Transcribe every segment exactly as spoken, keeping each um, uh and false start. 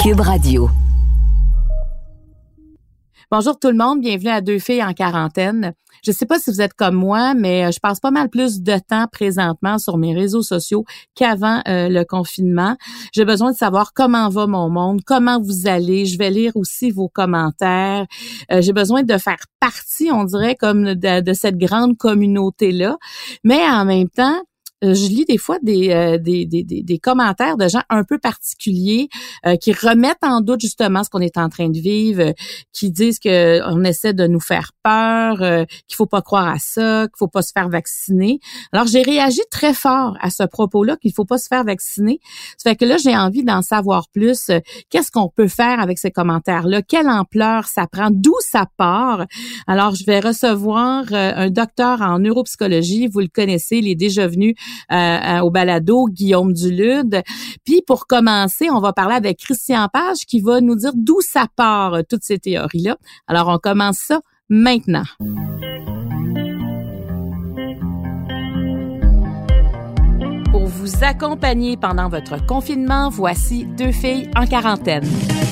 Cube Radio. Bonjour tout le monde, bienvenue à Deux filles en quarantaine. Je sais pas si vous êtes comme moi, mais je passe pas mal plus de temps présentement sur mes réseaux sociaux qu'avant euh, le confinement. J'ai besoin de savoir comment va mon monde, comment vous allez. Je vais lire aussi vos commentaires. Euh, j'ai besoin de faire partie, on dirait, comme de, de cette grande communauté-là. Mais en même temps, je lis des fois des, euh, des, des, des, des commentaires de gens un peu particuliers euh, qui remettent en doute justement ce qu'on est en train de vivre, euh, qui disent que on essaie de nous faire peur, euh, qu'il faut pas croire à ça, qu'il faut pas se faire vacciner. Alors, j'ai réagi très fort à ce propos-là, qu'il faut pas se faire vacciner. Ça fait que là, j'ai envie d'en savoir plus. Euh, qu'est-ce qu'on peut faire avec ces commentaires-là? Quelle ampleur ça prend? D'où ça part? Alors, je vais recevoir euh, un docteur en neuropsychologie. Vous le connaissez, il est déjà venu Euh, au balado, Guillaume Dulude. Puis pour commencer, on va parler avec Christian Page qui va nous dire d'où ça part, euh, toutes ces théories-là. Alors, on commence ça maintenant. Pour vous accompagner pendant votre confinement, voici Deux filles en quarantaine.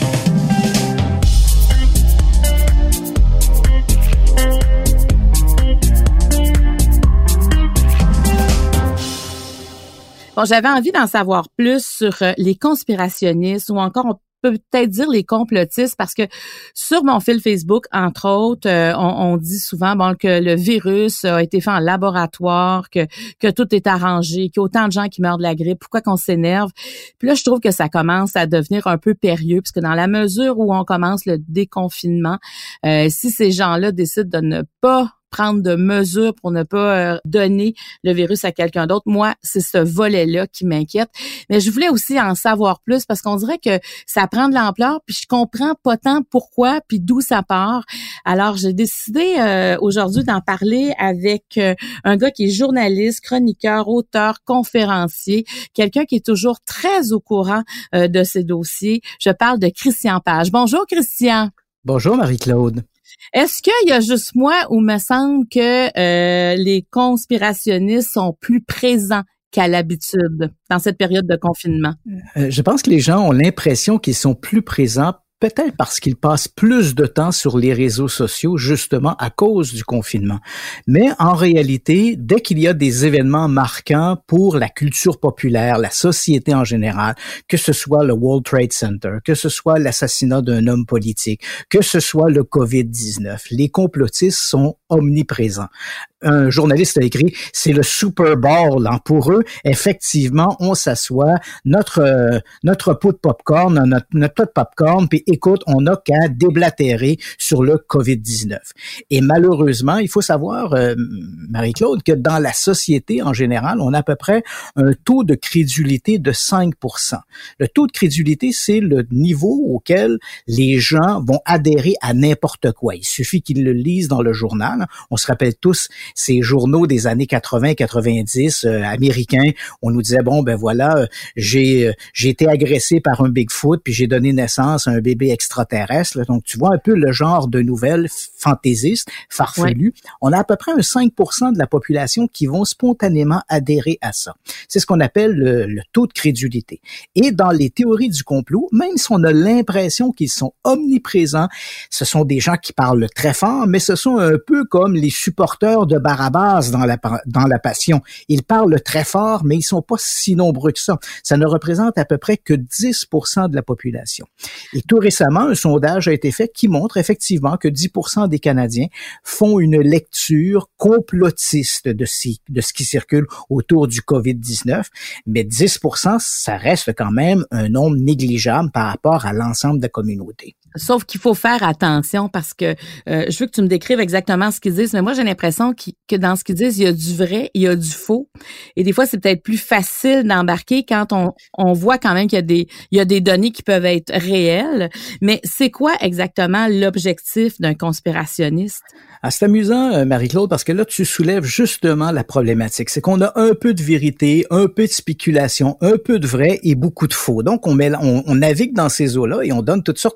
Bon, j'avais envie d'en savoir plus sur les conspirationnistes ou encore on peut peut-être dire les complotistes parce que sur mon fil Facebook, entre autres, euh, on, on dit souvent bon que le virus a été fait en laboratoire, que que tout est arrangé, qu'il y a autant de gens qui meurent de la grippe, pourquoi qu'on s'énerve? Puis là, je trouve que ça commence à devenir un peu périlleux parce que dans la mesure où on commence le déconfinement, euh, si ces gens-là décident de ne pas prendre de mesures pour ne pas euh, donner le virus à quelqu'un d'autre. Moi, c'est ce volet-là qui m'inquiète. Mais je voulais aussi en savoir plus parce qu'on dirait que ça prend de l'ampleur, puis je comprends pas tant pourquoi, puis d'où ça part. Alors, j'ai décidé euh, aujourd'hui d'en parler avec euh, un gars qui est journaliste, chroniqueur, auteur, conférencier, quelqu'un qui est toujours très au courant euh, de ces dossiers. Je parle de Christian Page. Bonjour, Christian. Bonjour, Marie-Claude. Est-ce qu'il y a juste moi ou me semble que euh, les conspirationnistes sont plus présents qu'à l'habitude dans cette période de confinement? Euh, je pense que les gens ont l'impression qu'ils sont plus présents, peut-être parce qu'ils passent plus de temps sur les réseaux sociaux, justement à cause du confinement. Mais en réalité, dès qu'il y a des événements marquants pour la culture populaire, la société en général, que ce soit le World Trade Center, que ce soit l'assassinat d'un homme politique, que ce soit le covid dix-neuf, les complotistes sont omniprésents. Un journaliste a écrit, c'est le Super Bowl. Hein. Pour eux, effectivement, on s'assoit, notre euh, notre pot de popcorn, notre, notre pot de popcorn, puis écoute, on n'a qu'à déblatérer sur le covid dix-neuf. Et malheureusement, il faut savoir, euh, Marie-Claude, que dans la société en général, on a à peu près un taux de crédulité de cinq pour cent. Le taux de crédulité, c'est le niveau auquel les gens vont adhérer à n'importe quoi. Il suffit qu'ils le lisent dans le journal. On se rappelle tous ces journaux des années quatre-vingts quatre-vingt-dix euh, américains, on nous disait bon ben voilà, euh, j'ai euh, j'ai été agressé par un Bigfoot puis j'ai donné naissance à un bébé extraterrestre. Là. Donc tu vois un peu le genre de nouvelles fantaisistes, farfelues. Ouais. On a à peu près un cinq pour cent de la population qui vont spontanément adhérer à ça. C'est ce qu'on appelle le, le taux de crédulité. Et dans les théories du complot, même si on a l'impression qu'ils sont omniprésents, ce sont des gens qui parlent très fort, mais ce sont un peu comme les supporters de Barabbas dans la, dans la Passion. Ils parlent très fort, mais ils sont pas si nombreux que ça. Ça ne représente à peu près que dix pour cent de la population. Et tout récemment, un sondage a été fait qui montre effectivement que dix pour cent des Canadiens font une lecture complotiste de ce, de ce qui circule autour du covid dix-neuf, mais dix pour cent, ça reste quand même un nombre négligeable par rapport à l'ensemble de la communauté. Sauf qu'il faut faire attention parce que euh, je veux que tu me décrives exactement ce qu'ils disent, mais moi j'ai l'impression qu- que dans ce qu'ils disent, il y a du vrai, il y a du faux. Et des fois, c'est peut-être plus facile d'embarquer quand on, on voit quand même qu'il y a des il y a des données qui peuvent être réelles. Mais c'est quoi exactement l'objectif d'un conspirationniste? Ah, c'est amusant, Marie-Claude, parce que là, tu soulèves justement la problématique. C'est qu'on a un peu de vérité, un peu de spéculation, un peu de vrai et beaucoup de faux. Donc, on, met, on, on navigue dans ces eaux-là et on donne toutes sortes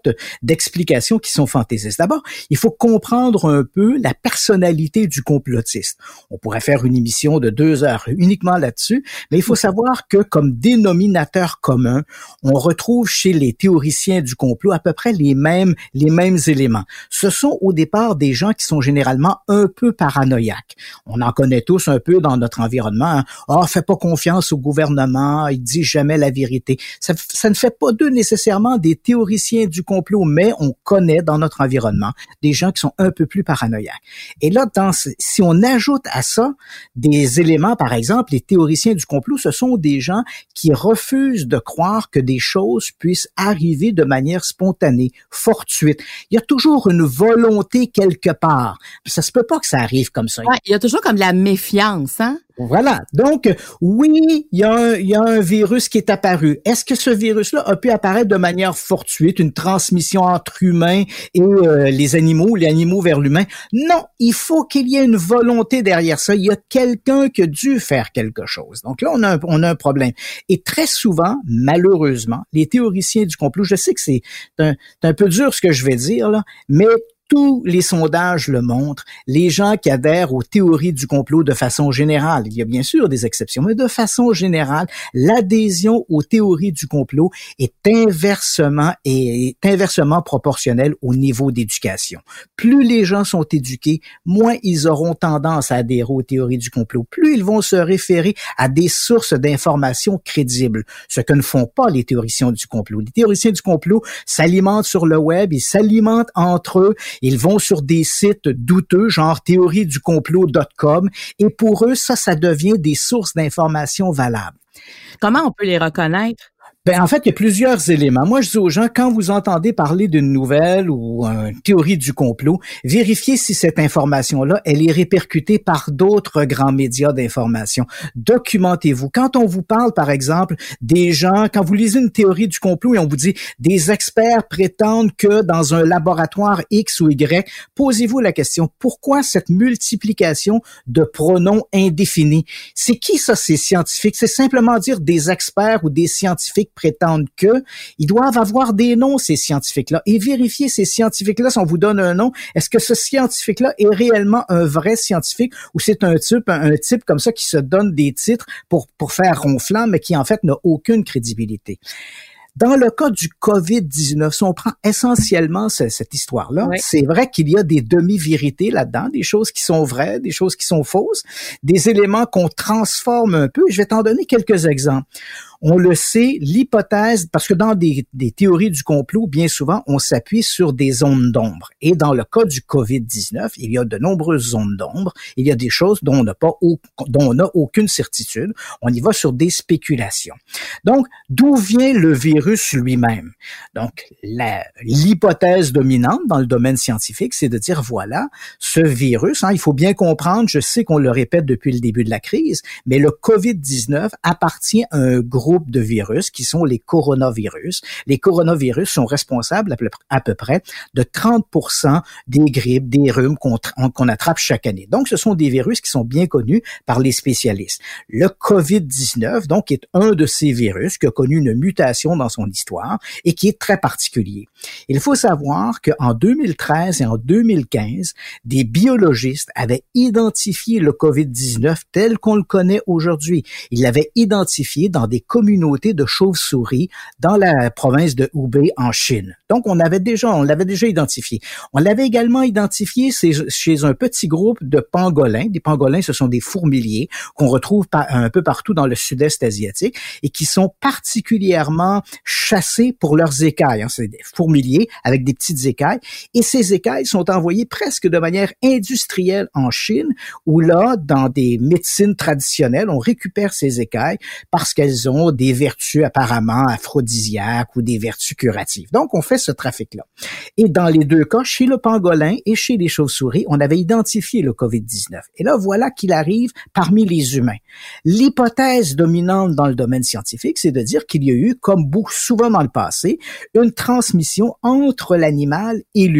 d'explications qui sont fantaisistes. D'abord, il faut comprendre un peu la personnalité du complotiste. On pourrait faire une émission de deux heures uniquement là-dessus, mais il faut savoir que comme dénominateur commun, on retrouve chez les théoriciens du complot à peu près les mêmes, les mêmes éléments. Ce sont au départ des gens qui sont généralement un peu paranoïaques. On en connaît tous un peu dans notre environnement. Hein. Ah, fais pas confiance au gouvernement, il dit jamais la vérité. Ça, ça ne fait pas d'eux nécessairement des théoriciens du complot, mais on connaît dans notre environnement des gens qui sont un peu plus paranoïaques. Et là, dans, si on ajoute à ça des éléments, par exemple, les théoriciens du complot, ce sont des gens qui refusent de croire que des choses puissent arriver de manière spontanée, fortuite. Il y a toujours une volonté quelque part. Ça se peut pas que ça arrive comme ça. Ouais, il y a toujours comme de la méfiance, hein? Voilà. Donc, oui, il y, a un, il y a un virus qui est apparu. Est-ce que ce virus-là a pu apparaître de manière fortuite, une transmission entre humains et euh, les animaux, les animaux vers l'humain? Non, il faut qu'il y ait une volonté derrière ça. Il y a quelqu'un qui a dû faire quelque chose. Donc là, on a un, on a un problème. Et très souvent, malheureusement, les théoriciens du complot, je sais que c'est un, c'est un peu dur ce que je vais dire, là, mais tous les sondages le montrent, les gens qui adhèrent aux théories du complot de façon générale, il y a bien sûr des exceptions, mais de façon générale, l'adhésion aux théories du complot est inversement est inversement proportionnelle au niveau d'éducation. Plus les gens sont éduqués, moins ils auront tendance à adhérer aux théories du complot. Plus ils vont se référer à des sources d'informations crédibles, ce que ne font pas les théoriciens du complot. Les théoriciens du complot s'alimentent sur le web, ils s'alimentent entre eux. Ils vont sur des sites douteux, genre théorie du complot point com, et pour eux, ça, ça devient des sources d'informations valables. Comment on peut les reconnaître? Ben, en fait, il y a plusieurs éléments. Moi, je dis aux gens, quand vous entendez parler d'une nouvelle ou une théorie du complot, vérifiez si cette information-là, elle est répercutée par d'autres grands médias d'information. Documentez-vous. Quand on vous parle, par exemple, des gens, quand vous lisez une théorie du complot et on vous dit des experts prétendent que dans un laboratoire X ou Y, posez-vous la question, pourquoi cette multiplication de pronoms indéfinis? C'est qui ça, ces scientifiques? C'est simplement dire des experts ou des scientifiques prétendent que, ils doivent avoir des noms, ces scientifiques-là, et vérifier ces scientifiques-là, si on vous donne un nom, est-ce que ce scientifique-là est réellement un vrai scientifique ou c'est un type, un, un type comme ça qui se donne des titres pour, pour faire ronflant, mais qui en fait n'a aucune crédibilité. Dans le cas du covid dix-neuf, si on prend essentiellement ce, cette histoire-là, oui. C'est vrai qu'il y a des demi-vérités là-dedans, des choses qui sont vraies, des choses qui sont fausses, des éléments qu'on transforme un peu. Je vais t'en donner quelques exemples. On le sait, l'hypothèse, parce que dans des, des théories du complot, bien souvent, on s'appuie sur des zones d'ombre. Et dans le cas du covid dix-neuf, il y a de nombreuses zones d'ombre. Il y a des choses dont on n'a pas, dont on n'a aucune certitude. On y va sur des spéculations. Donc, d'où vient le virus lui-même? Donc, la, l'hypothèse dominante dans le domaine scientifique, c'est de dire, voilà, ce virus, hein, il faut bien comprendre, je sais qu'on le répète depuis le début de la crise, mais le covid dix-neuf appartient à un groupe de virus qui sont les coronavirus. Les coronavirus sont responsables à peu, à peu près de trente pour cent des grippes, des rhumes qu'on, qu'on attrape chaque année. Donc, ce sont des virus qui sont bien connus par les spécialistes. Le covid dix-neuf, donc, est un de ces virus qui a connu une mutation dans son histoire et qui est très particulier. Il faut savoir qu'en deux mille treize et en deux mille quinze, des biologistes avaient identifié le covid dix-neuf tel qu'on le connaît aujourd'hui. Ils l'avaient identifié dans des communauté de chauves-souris dans la province de Hubei en Chine. Donc, on avait déjà, on l'avait déjà identifié. On l'avait également identifié chez un petit groupe de pangolins. Des pangolins, ce sont des fourmiliers qu'on retrouve un peu partout dans le sud-est asiatique et qui sont particulièrement chassés pour leurs écailles. C'est des fourmiliers avec des petites écailles. Et ces écailles sont envoyées presque de manière industrielle en Chine, où là, dans des médecines traditionnelles, on récupère ces écailles parce qu'elles ont des vertus apparemment aphrodisiaques ou des vertus curatives. Donc, on fait ce trafic-là. Et dans les deux cas, chez le pangolin et chez les chauves-souris, on avait identifié le covid dix-neuf. Et là, voilà qu'il arrive parmi les humains. L'hypothèse dominante dans le domaine scientifique, c'est de dire qu'il y a eu, comme beaucoup souvent dans le passé, une transmission entre l'animal et l'humain.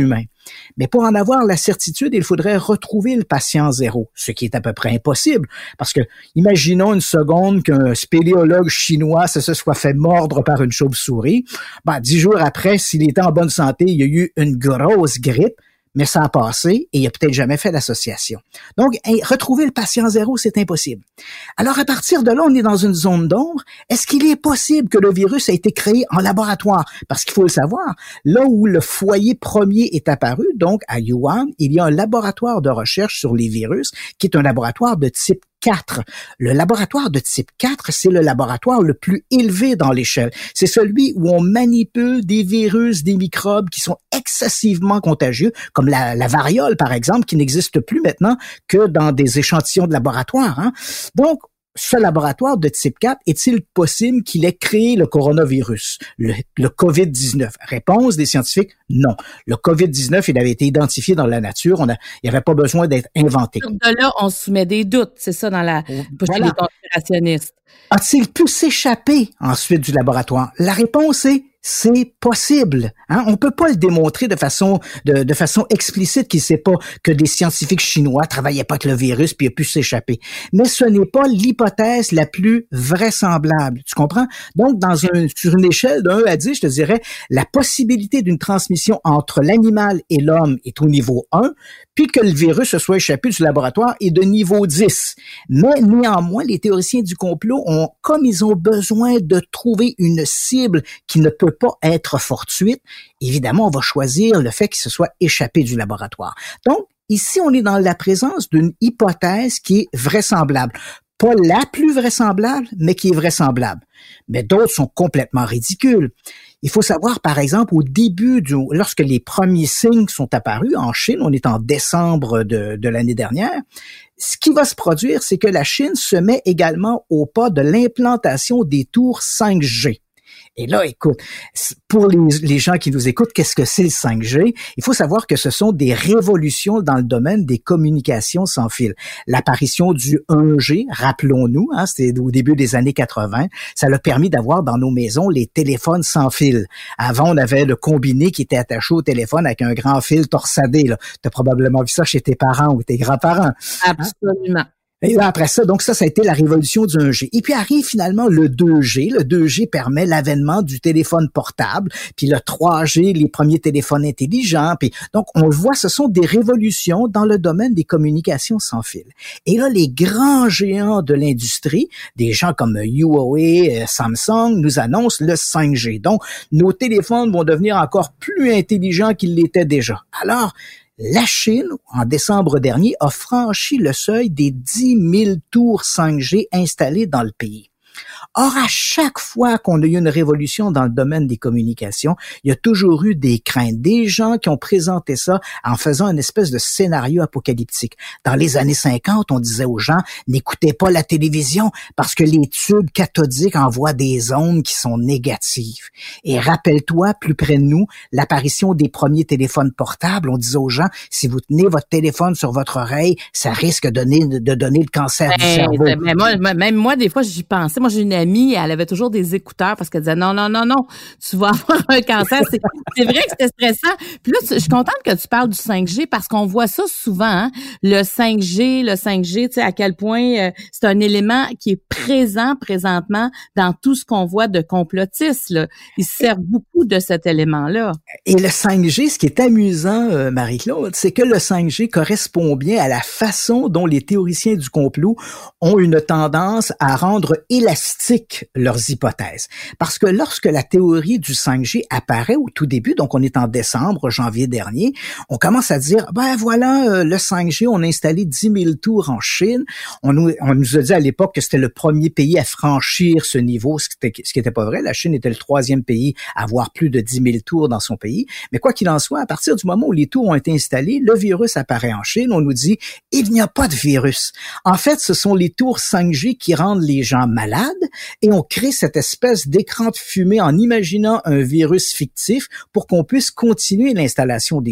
Mais pour en avoir la certitude, il faudrait retrouver le patient zéro, ce qui est à peu près impossible, parce que imaginons une seconde qu'un spéléologue chinois se, se soit fait mordre par une chauve-souris. Ben, dix jours après, s'il était en bonne santé, il y a eu une grosse grippe, mais ça a passé et il a peut-être jamais fait l'association. Donc, retrouver le patient zéro, c'est impossible. Alors, à partir de là, on est dans une zone d'ombre. Est-ce qu'il est possible que le virus a été créé en laboratoire? Parce qu'il faut le savoir, là où le foyer premier est apparu, donc à Wuhan, il y a un laboratoire de recherche sur les virus qui est un laboratoire de type quatre. Le laboratoire de type quatre, c'est le laboratoire le plus élevé dans l'échelle. C'est celui où on manipule des virus, des microbes qui sont excessivement contagieux, comme la, la variole, par exemple, qui n'existe plus maintenant que dans des échantillons de laboratoire. Hein. Donc, ce laboratoire de type quatre, est-il possible qu'il ait créé le coronavirus, le, le covid dix-neuf? Réponse des scientifiques, non. Le covid dix-neuf, il avait été identifié dans la nature, on a, il n'y avait pas besoin d'être inventé. De là, on soumet des doutes, c'est ça, dans la, voilà. Chez les conspirationnistes. A-t-il pu s'échapper ensuite du laboratoire? La réponse est c'est possible. Hein? On peut pas le démontrer de façon de, de façon explicite qu'il sait pas que des scientifiques chinois travaillaient pas avec le virus puis il a pu s'échapper. Mais ce n'est pas l'hypothèse la plus vraisemblable. Tu comprends? Donc, dans un, sur une échelle de un à dix, je te dirais, la possibilité d'une transmission entre l'animal et l'homme est au niveau un, puis que le virus se soit échappé du laboratoire est de niveau dix. Mais néanmoins, les théoriciens du complot ont, comme ils ont besoin de trouver une cible qui ne peut pas être fortuite, évidemment, on va choisir le fait qu'il se soit échappé du laboratoire. Donc, ici, on est dans la présence d'une hypothèse qui est vraisemblable. Pas la plus vraisemblable, mais qui est vraisemblable. Mais d'autres sont complètement ridicules. Il faut savoir, par exemple, au début, du, lorsque les premiers signes sont apparus en Chine, on est en décembre de, de l'année dernière, ce qui va se produire, c'est que la Chine se met également au pas de l'implantation des tours cinq G. Et là, écoute, pour les, les gens qui nous écoutent, qu'est-ce que c'est le cinq G? Il faut savoir que ce sont des révolutions dans le domaine des communications sans fil. L'apparition du un G, rappelons-nous, hein, c'était au début des années quatre-vingt, ça a permis d'avoir dans nos maisons les téléphones sans fil. Avant, on avait le combiné qui était attaché au téléphone avec un grand fil torsadé. Tu as probablement vu ça chez tes parents ou tes grands-parents. Absolument. Hein? Et là, après ça, donc ça, ça a été la révolution du un G. Et puis arrive finalement le deux G. Le deux G permet l'avènement du téléphone portable, puis le trois G, les premiers téléphones intelligents. Puis donc, on le voit, ce sont des révolutions dans le domaine des communications sans fil. Et là, les grands géants de l'industrie, des gens comme Huawei, Samsung, nous annoncent le cinq G. Donc, nos téléphones vont devenir encore plus intelligents qu'ils l'étaient déjà. Alors, la Chine, en décembre dernier, a franchi le seuil des dix mille tours cinq G installées dans le pays. Or, à chaque fois qu'on a eu une révolution dans le domaine des communications, il y a toujours eu des craintes, des gens qui ont présenté ça en faisant une espèce de scénario apocalyptique. Dans les années cinquante, on disait aux gens, n'écoutez pas la télévision parce que les tubes cathodiques envoient des ondes qui sont négatives. Et rappelle-toi, plus près de nous, l'apparition des premiers téléphones portables, on disait aux gens, si vous tenez votre téléphone sur votre oreille, ça risque de donner, de donner le cancer ben, du cerveau. Mais moi, même moi, des fois, j'y pensais. Moi, j'ai une amie, elle avait toujours des écouteurs parce qu'elle disait non, non, non, non, tu vas avoir un cancer. C'est, c'est vrai que c'était stressant. Puis là, je suis contente que tu parles du cinq G parce qu'on voit ça souvent, hein? Le cinq G, le cinq G, tu sais, à quel point euh, c'est un élément qui est présent présentement dans tout ce qu'on voit de complotistes, là. Ils se servent beaucoup de cet élément-là. Et le cinq G, ce qui est amusant, euh, Marie-Claude, c'est que le cinq G correspond bien à la façon dont les théoriciens du complot ont une tendance à rendre élastique leurs hypothèses. Parce que lorsque la théorie du cinq G apparaît au tout début, donc on est en décembre, janvier dernier, on commence à dire, ben voilà, euh, le cinq G, on a installé dix mille tours en Chine. On nous, on nous a dit à l'époque que c'était le premier pays à franchir ce niveau, ce qui était, ce qui était pas vrai. La Chine était le troisième pays à avoir plus de dix mille tours dans son pays. Mais quoi qu'il en soit, à partir du moment où les tours ont été installées, le virus apparaît en Chine. On nous dit, il n'y a pas de virus. En fait, ce sont les tours cinq G qui rendent les gens malades et on crée cette espèce d'écran de fumée en imaginant un virus fictif pour qu'on puisse continuer l'installation des tours.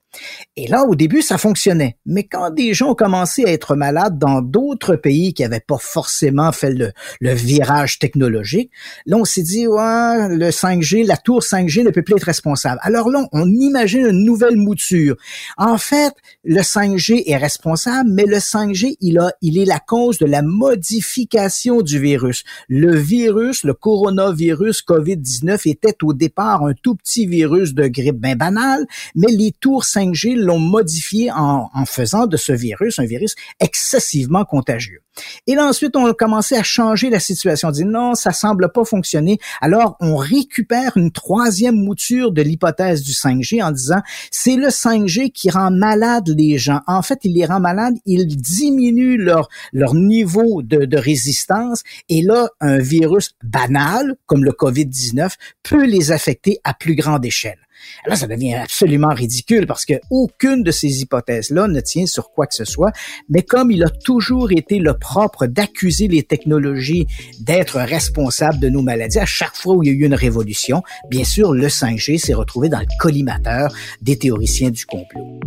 Et là, au début, ça fonctionnait. Mais quand des gens ont commencé à être malades dans d'autres pays qui n'avaient pas forcément fait le, le virage technologique, là, on s'est dit, ouais, le cinq G, la tour cinq G ne peut plus être responsable. Alors là, on imagine une nouvelle mouture. En fait, le cinq G est responsable, mais le cinq G, il a, il est la cause de la modification du virus. Le virus, le coronavirus covid dix-neuf était au départ un tout petit virus de grippe bien banal, mais les tours cinq G l'ont modifié en, en faisant de ce virus un virus excessivement contagieux. Et là, ensuite, on a commencé à changer la situation. On dit non, ça semble pas fonctionner. Alors, on récupère une troisième mouture de l'hypothèse du cinq G en disant c'est le cinq G qui rend malade les gens. En fait, il les rend malades, il diminue leur, leur niveau de, de résistance. Et là, un virus banal, comme le covid dix-neuf, peut les affecter à plus grande échelle. Là, ça devient absolument ridicule parce que aucune de ces hypothèses-là ne tient sur quoi que ce soit. Mais comme il a toujours été le propre d'accuser les technologies d'être responsables de nos maladies, à chaque fois où il y a eu une révolution, bien sûr, le cinq G s'est retrouvé dans le collimateur des théoriciens du complot.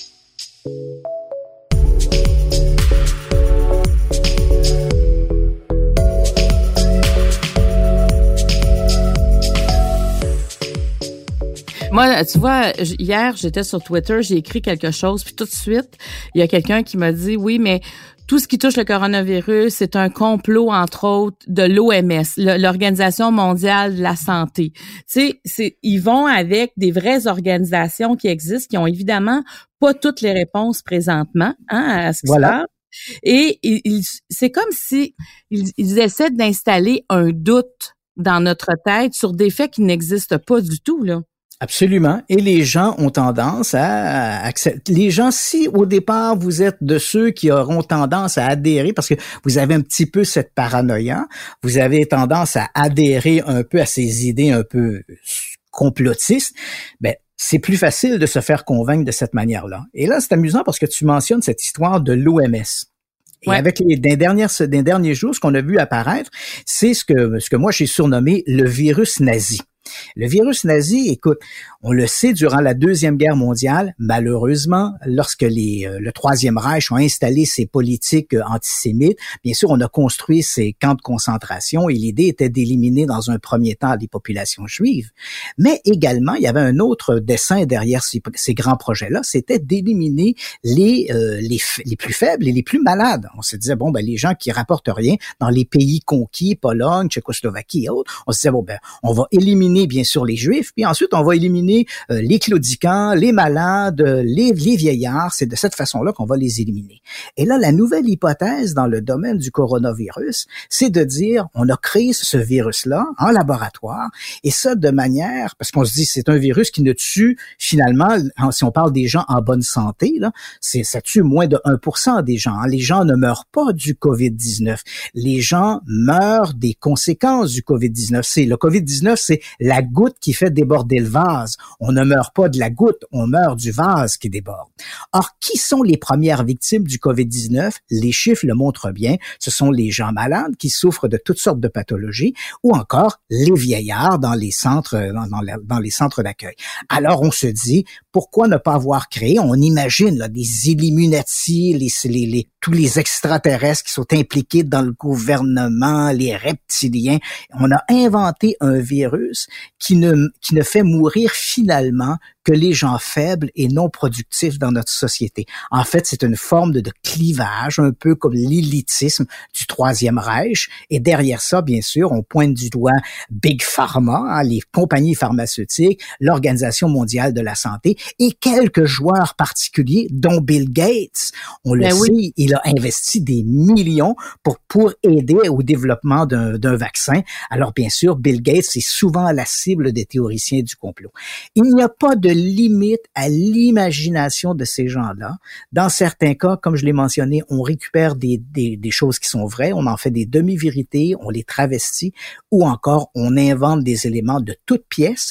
Moi, tu vois, hier, j'étais sur Twitter, j'ai écrit quelque chose, puis tout de suite, il y a quelqu'un qui m'a dit, oui, mais tout ce qui touche le coronavirus, c'est un complot, entre autres, de l'O M S, l'Organisation mondiale de la santé. Tu sais, c'est, ils vont avec des vraies organisations qui existent, qui ont évidemment pas toutes les réponses présentement, hein, à ce qui voilà. se passe. Et ils, c'est comme si ils, ils essaient d'installer un doute dans notre tête sur des faits qui n'existent pas du tout, là. Absolument. Et les gens ont tendance à accepter. Les gens, si au départ vous êtes de ceux qui auront tendance à adhérer, parce que vous avez un petit peu cette paranoïa, vous avez tendance à adhérer un peu à ces idées un peu complotistes, ben c'est plus facile de se faire convaincre de cette manière-là. Et là, c'est amusant parce que tu mentionnes cette histoire de l'O M S. Et ouais. avec les des dernières des derniers jours, ce qu'on a vu apparaître, c'est ce que ce que moi j'ai surnommé le virus nazi. Le virus nazi, écoute, on le sait, durant la Deuxième Guerre mondiale, malheureusement, lorsque les, euh, le Troisième Reich ont installé ses politiques euh, antisémites, bien sûr, on a construit ces camps de concentration et l'idée était d'éliminer dans un premier temps les populations juives. Mais également, il y avait un autre dessein derrière ces, ces grands projets-là, c'était d'éliminer les, euh, les, les plus faibles et les plus malades. On se disait, bon, ben les gens qui rapportent rien dans les pays conquis, Pologne, Tchécoslovaquie et autres, on se disait, bon, ben on va éliminer bien sûr les Juifs, puis ensuite on va éliminer euh, les claudicants, les malades, les, les vieillards. C'est de cette façon-là qu'on va les éliminer. Et là, la nouvelle hypothèse dans le domaine du coronavirus, c'est de dire on a créé ce virus-là en laboratoire, et ça de manière, parce qu'on se dit c'est un virus qui ne tue finalement, si on parle des gens en bonne santé, là, c'est, ça tue moins de un pour cent des gens. Hein. Les gens ne meurent pas du covid dix-neuf. Les gens meurent des conséquences du covid dix-neuf. C'est, le covid dix-neuf, c'est la goutte qui fait déborder le vase. On ne meurt pas de la goutte, on meurt du vase qui déborde. Or, qui sont les premières victimes du covid dix-neuf? Les chiffres le montrent bien. Ce sont les gens malades qui souffrent de toutes sortes de pathologies ou encore les vieillards dans les centres, dans, dans, la, dans les centres d'accueil. Alors, on se dit, pourquoi ne pas avoir créé? On imagine là, des Illuminati, les, les, les, tous les extraterrestres qui sont impliqués dans le gouvernement, les reptiliens. On a inventé un virus qui ne, qui ne fait mourir finalement que les gens faibles et non productifs dans notre société. En fait, c'est une forme de, de clivage, un peu comme l'élitisme du Troisième Reich. Et derrière ça, bien sûr, on pointe du doigt Big Pharma, hein, les compagnies pharmaceutiques, l'Organisation mondiale de la santé et quelques joueurs particuliers, dont Bill Gates. On le ben sait, oui. Il a investi des millions pour, pour aider au développement d'un, d'un vaccin. Alors, bien sûr, Bill Gates est souvent la cible des théoriciens du complot. Il n'y a pas de limite à l'imagination de ces gens-là. Dans certains cas, comme je l'ai mentionné, on récupère des, des, des choses qui sont vraies, on en fait des demi-vérités, on les travestit, ou encore on invente des éléments de toutes pièces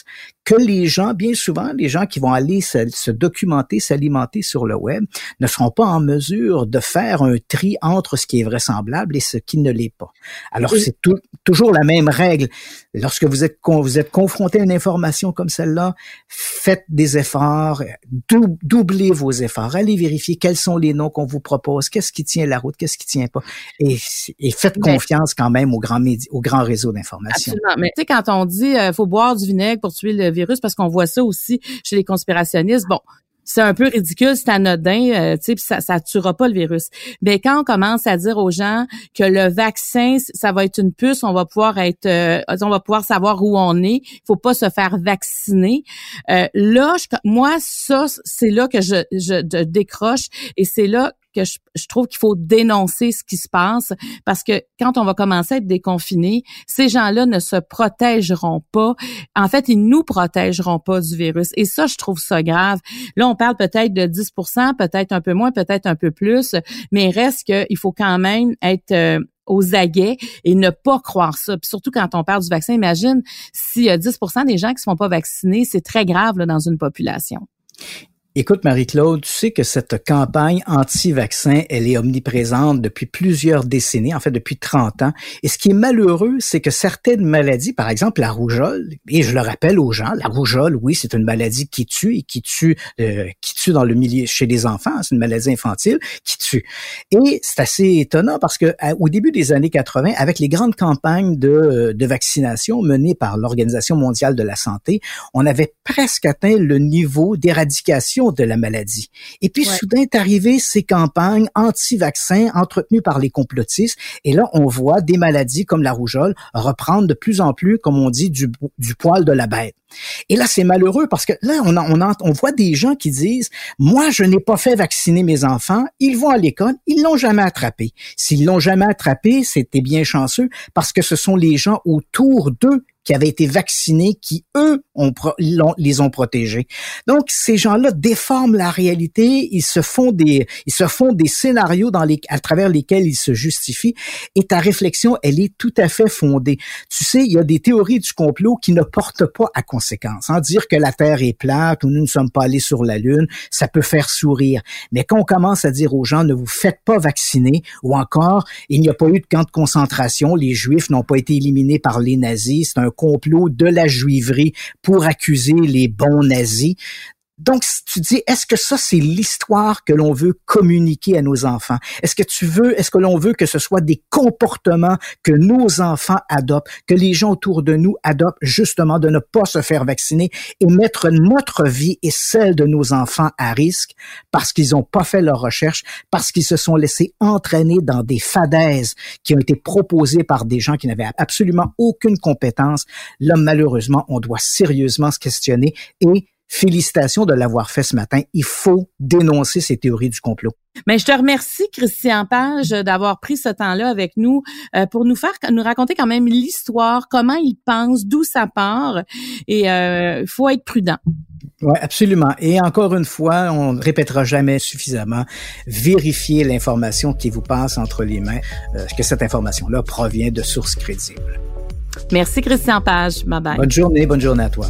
que les gens, bien souvent, les gens qui vont aller se, se documenter, s'alimenter sur le web, ne seront pas en mesure de faire un tri entre ce qui est vraisemblable et ce qui ne l'est pas. Alors, oui. c'est tout, toujours la même règle. Lorsque vous êtes, vous êtes confronté à une information comme celle-là, faites des efforts, dou, doublez vos efforts, allez vérifier quels sont les noms qu'on vous propose, qu'est-ce qui tient la route, qu'est-ce qui tient pas, et, et faites Mais, confiance quand même aux grands médias, aux grands réseaux d'information. Absolument. Mais tu sais, quand on dit euh, faut boire du vinaigre pour tuer le virus, parce qu'on voit ça aussi chez les conspirationnistes, bon, c'est un peu ridicule, c'est anodin, euh, tu sais, puis ça, ça tuera pas le virus. Mais quand on commence à dire aux gens que le vaccin, ça va être une puce, on va pouvoir être, euh, on va pouvoir savoir où on est, il faut pas se faire vacciner. Euh, là, je, moi, ça, c'est là que je, je, je décroche, et c'est là que je, je trouve qu'il faut dénoncer ce qui se passe, parce que quand on va commencer à être déconfiné, ces gens-là ne se protégeront pas. En fait, ils nous protégeront pas du virus. Et ça, je trouve ça grave. Là, on parle peut-être de dix pour cent, peut-être un peu moins, peut-être un peu plus, mais il reste qu'il faut quand même être euh, aux aguets et ne pas croire ça. Puis surtout quand on parle du vaccin, imagine s'il y a dix pour cent des gens qui se font pas vacciner, c'est très grave là, dans une population. Écoute, Marie-Claude, tu sais que cette campagne anti-vaccin, elle est omniprésente depuis plusieurs décennies, en fait depuis trente ans. Et ce qui est malheureux, c'est que certaines maladies, par exemple la rougeole, et je le rappelle aux gens, la rougeole, oui, c'est une maladie qui tue et qui tue, euh, qui tue dans le milieu chez les enfants, c'est une maladie infantile qui tue. Et c'est assez étonnant parce que à, au début des années quatre-vingt, avec les grandes campagnes de, de vaccination menées par l'Organisation mondiale de la santé, on avait presque atteint le niveau d'éradication de la maladie. Et puis, ouais. soudain est arrivé ces campagnes anti-vaccins entretenues par les complotistes. Et là, on voit des maladies comme la rougeole reprendre de plus en plus, comme on dit, du, du poil de la bête. Et là, c'est malheureux parce que là, on, a, on, a, on voit des gens qui disent « Moi, je n'ai pas fait vacciner mes enfants. Ils vont à l'école. Ils l'ont jamais attrapé. S'ils l'ont jamais attrapé, c'était bien chanceux parce que ce sont les gens autour d'eux qui avaient été vaccinés, qui, eux, ont, l'ont, les ont protégés. Donc, ces gens-là déforment la réalité, ils se font des, ils se font des scénarios dans les, à travers lesquels ils se justifient, et ta réflexion, elle est tout à fait fondée. Tu sais, il y a des théories du complot qui ne portent pas à conséquence. Hein. Dire que la Terre est plate ou nous ne sommes pas allés sur la Lune, ça peut faire sourire. Mais quand on commence à dire aux gens, ne vous faites pas vacciner, ou encore, il n'y a pas eu de camp de concentration, les Juifs n'ont pas été éliminés par les nazis, c'est un complot de la juiverie pour accuser les bons nazis. Donc, tu dis, est-ce que ça, c'est l'histoire que l'on veut communiquer à nos enfants? Est-ce que tu veux, est-ce que l'on veut que ce soit des comportements que nos enfants adoptent, que les gens autour de nous adoptent, justement, de ne pas se faire vacciner et mettre notre vie et celle de nos enfants à risque parce qu'ils n'ont pas fait leurs recherches, parce qu'ils se sont laissés entraîner dans des fadaises qui ont été proposées par des gens qui n'avaient absolument aucune compétence? Là, malheureusement, on doit sérieusement se questionner et félicitations de l'avoir fait ce matin. Il faut dénoncer ces théories du complot. Mais je te remercie, Christian Page, d'avoir pris ce temps-là avec nous euh, pour nous faire, nous raconter quand même l'histoire, comment il pense, d'où ça part. Et il euh, faut être prudent. Oui, absolument. Et encore une fois, on ne répétera jamais suffisamment, vérifiez l'information qui vous passe entre les mains, euh, que cette information-là provient de sources crédibles. Merci, Christian Page. Bye bye. Bonne journée, bonne journée à toi.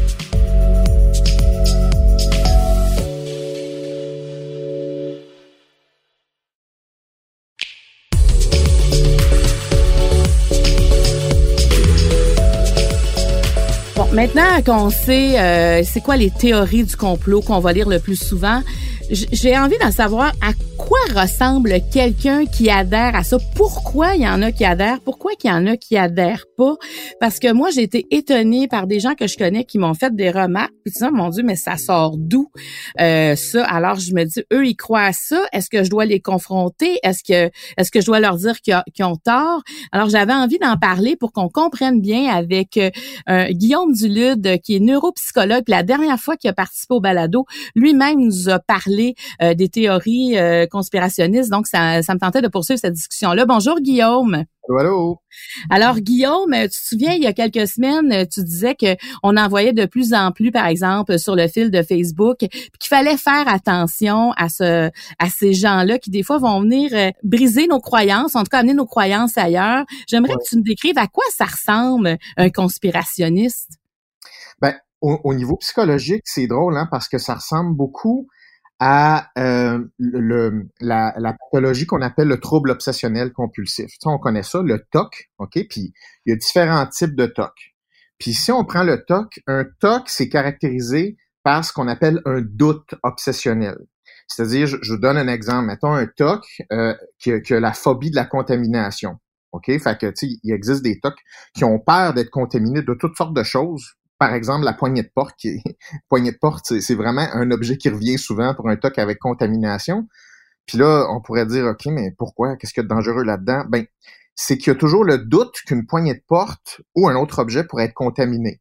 Maintenant qu'on sait euh, c'est quoi les théories du complot qu'on va lire le plus souvent, j'ai envie d'en savoir à quoi ressemble quelqu'un qui adhère à ça. Pourquoi il y en a qui adhèrent? Pourquoi il y en a qui adhèrent pas? Parce que moi, j'ai été étonnée par des gens que je connais qui m'ont fait des remarques. Puis ça, mon Dieu, mais ça sort d'où euh, ça? Alors, je me dis, eux, ils croient à ça. Est-ce que je dois les confronter? Est-ce que est-ce que je dois leur dire qu'ils, a, qu'ils ont tort? Alors, j'avais envie d'en parler pour qu'on comprenne bien avec euh, Guillaume Dulude, qui est neuropsychologue. Puis la dernière fois qu'il a participé au balado, lui-même nous a parlé Euh, des théories euh, conspirationnistes. Donc, ça, ça me tentait de poursuivre cette discussion-là. Bonjour, Guillaume. Allô, allô. Alors, Guillaume, tu te souviens, il y a quelques semaines, tu disais qu'on en voyait de plus en plus, par exemple, sur le fil de Facebook, puis qu'il fallait faire attention à ce, à ces gens-là qui, des fois, vont venir euh, briser nos croyances, en tout cas, amener nos croyances ailleurs. J'aimerais ouais. que tu me décrives à quoi ça ressemble un conspirationniste. Ben, au, au niveau psychologique, c'est drôle, hein, parce que ça ressemble beaucoup à euh, le, la, la pathologie qu'on appelle le trouble obsessionnel compulsif. Tu sais, on connaît ça, le T O C, OK? Puis il y a différents types de T O C. Puis si on prend le T O C, un T O C, c'est caractérisé par ce qu'on appelle un doute obsessionnel. C'est-à-dire, je, je vous donne un exemple. Mettons un T O C euh, qui, a, qui a la phobie de la contamination. OK? Fait que, tu sais, il existe des T O C qui ont peur d'être contaminés de toutes sortes de choses. Par exemple, la poignée de porte, qui est, poignée de porte, c'est, c'est vraiment un objet qui revient souvent pour un T O C avec contamination. Puis là, on pourrait dire, OK, mais pourquoi? Qu'est-ce qu'il y a de dangereux là-dedans? Ben, c'est qu'il y a toujours le doute qu'une poignée de porte ou un autre objet pourrait être contaminé.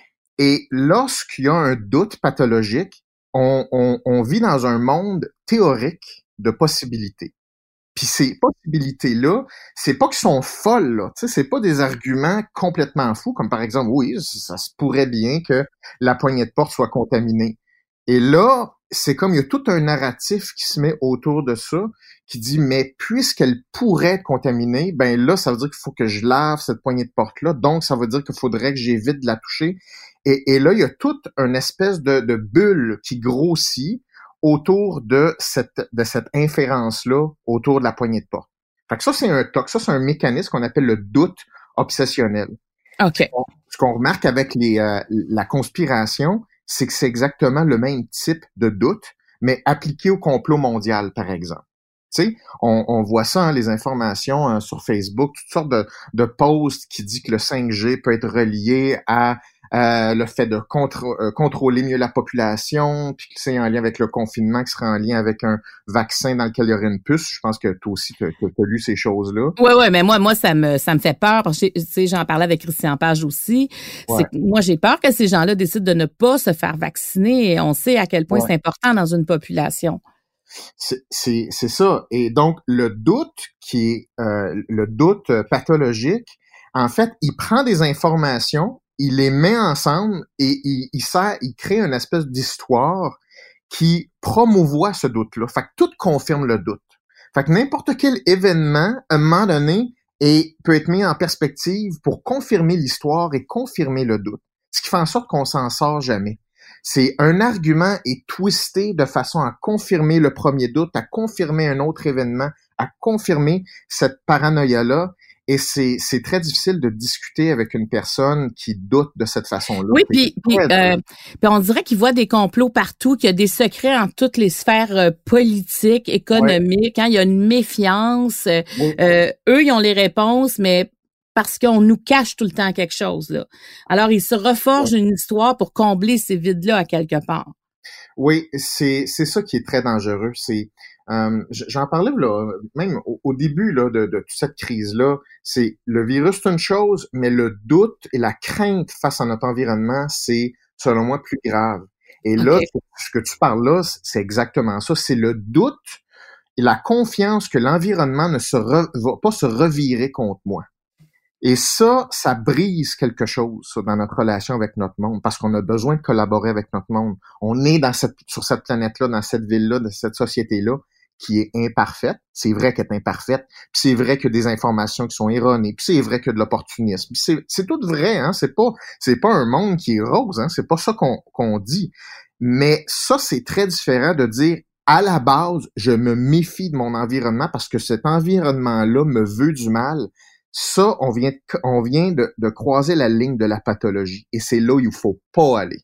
Et lorsqu'il y a un doute pathologique, on, on, on vit dans un monde théorique de possibilités. Puis ces possibilités-là, c'est pas qu'ils sont folles, là. Tu sais, c'est pas des arguments complètement fous, comme par exemple, oui, ça se pourrait bien que la poignée de porte soit contaminée. Et là, c'est comme il y a tout un narratif qui se met autour de ça, qui dit, mais puisqu'elle pourrait être contaminée, ben là, ça veut dire qu'il faut que je lave cette poignée de porte-là, donc ça veut dire qu'il faudrait que j'évite de la toucher. Et, et là, il y a toute une espèce de, de bulle qui grossit autour de cette, de cette inférence-là, autour de la poignée de porte. Fait que ça, c'est un T O C, ça, c'est un mécanisme qu'on appelle le doute obsessionnel. OK. Ce qu'on, ce qu'on remarque avec les, euh, la conspiration, c'est que c'est exactement le même type de doute, mais appliqué au complot mondial, par exemple. Tu sais, on, on voit ça, hein, les informations hein, sur Facebook, toutes sortes de, de posts qui disent que le cinq G peut être relié à euh, le fait de contr- euh, contrôler mieux la population, puis que c'est en lien avec le confinement, qui serait en lien avec un vaccin dans lequel il y aurait une puce. Je pense que toi aussi, tu as lu ces choses-là. Oui, oui, mais moi, moi, ça me ça me fait peur, parce que tu sais, j'en parlais avec Christian Page aussi. Ouais. C'est que moi, j'ai peur que ces gens-là décident de ne pas se faire vacciner, et on sait à quel point Ouais. c'est important dans une population. C'est, c'est, c'est ça. Et donc, le doute qui est euh, le doute pathologique, en fait, il prend des informations, il les met ensemble et il, il sert, il crée une espèce d'histoire qui promouvoit ce doute-là. Fait que tout confirme le doute. Fait que n'importe quel événement, à un moment donné, est, peut être mis en perspective pour confirmer l'histoire et confirmer le doute. Ce qui fait en sorte qu'on s'en sort jamais. C'est un argument est twisté de façon à confirmer le premier doute, à confirmer un autre événement, à confirmer cette paranoïa-là. Et c'est, c'est très difficile de discuter avec une personne qui doute de cette façon-là. Oui, puis, puis, euh, puis on dirait qu'ils voient des complots partout, qu'il y a des secrets en toutes les sphères euh, politiques, économiques. Ouais. Hein, il y a une méfiance. Oui. Euh, eux, ils ont les réponses, mais parce qu'on nous cache tout le temps quelque chose, là. Alors, ils se reforgent oui. une histoire pour combler ces vides-là à quelque part. Oui, c'est, c'est ça qui est très dangereux. C'est Euh, j'en parlais là, même au, au début là, de, de toute cette crise-là, c'est le virus, c'est une chose, mais le doute et la crainte face à notre environnement, c'est, selon moi, plus grave. Et là, okay. ce que tu parles là, c'est exactement ça. C'est le doute et la confiance que l'environnement ne se re, va pas se revirer contre moi. Et ça, ça brise quelque chose ça, dans notre relation avec notre monde, parce qu'on a besoin de collaborer avec notre monde. On est dans cette, sur cette planète-là, dans cette ville-là, dans cette société-là, qui est imparfaite. C'est vrai qu'elle est imparfaite. Puis c'est vrai qu'il y a des informations qui sont erronées. Puis c'est vrai qu'il y a de l'opportunisme. Puis c'est, c'est tout vrai, hein. C'est pas, c'est pas un monde qui est rose, hein. C'est pas ça qu'on, qu'on dit. Mais ça, c'est très différent de dire, à la base, je me méfie de mon environnement parce que cet environnement-là me veut du mal. Ça, on vient, de, on vient de, de croiser la ligne de la pathologie. Et c'est là où il faut pas aller.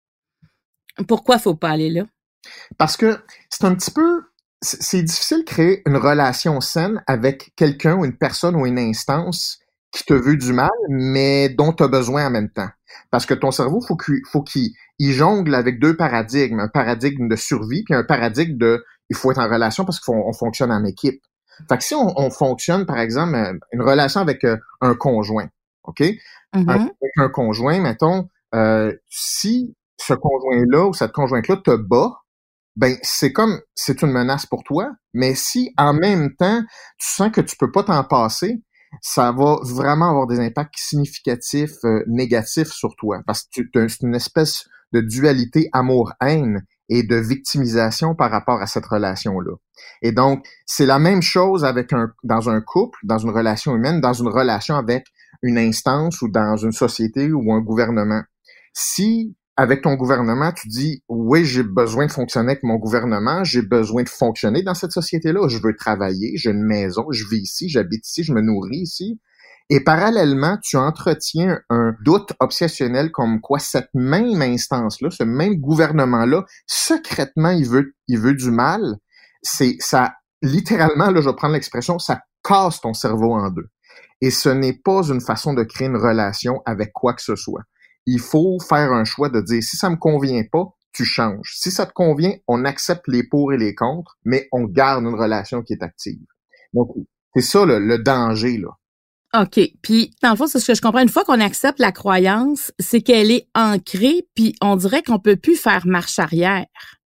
Pourquoi faut pas aller là? Parce que c'est un petit peu, c'est difficile de créer une relation saine avec quelqu'un ou une personne ou une instance qui te veut du mal, mais dont tu as besoin en même temps. Parce que ton cerveau, faut qu'il, faut qu'il il jongle avec deux paradigmes. Un paradigme de survie, puis un paradigme de il faut être en relation parce qu'on fonctionne en équipe. Fait que si on, on fonctionne, par exemple, une relation avec euh, un conjoint, OK? Mm-hmm. Avec un conjoint, mettons, euh, si ce conjoint-là ou cette conjointe-là te bat, ben c'est comme, c'est une menace pour toi, mais si en même temps, tu sens que tu peux pas t'en passer, ça va vraiment avoir des impacts significatifs, euh, négatifs sur toi, parce que tu, c'est une espèce de dualité amour-haine et de victimisation par rapport à cette relation-là. Et donc, c'est la même chose avec un, dans un couple, dans une relation humaine, dans une relation avec une instance ou dans une société ou un gouvernement. Si avec ton gouvernement, tu dis, oui, j'ai besoin de fonctionner avec mon gouvernement, j'ai besoin de fonctionner dans cette société-là, je veux travailler, j'ai une maison, je vis ici, j'habite ici, je me nourris ici. Et parallèlement, tu entretiens un doute obsessionnel comme quoi cette même instance-là, ce même gouvernement-là, secrètement, il veut, il veut du mal. C'est, ça, littéralement, là, je vais prendre l'expression, ça casse ton cerveau en deux. Et ce n'est pas une façon de créer une relation avec quoi que ce soit. Il faut faire un choix de dire, si ça me convient pas, tu changes. Si ça te convient, on accepte les pour et les contre, mais on garde une relation qui est active. Donc, c'est ça le, le danger, là. OK. Puis, dans le fond, c'est ce que je comprends. Une fois qu'on accepte la croyance, c'est qu'elle est ancrée, puis on dirait qu'on peut plus faire marche arrière.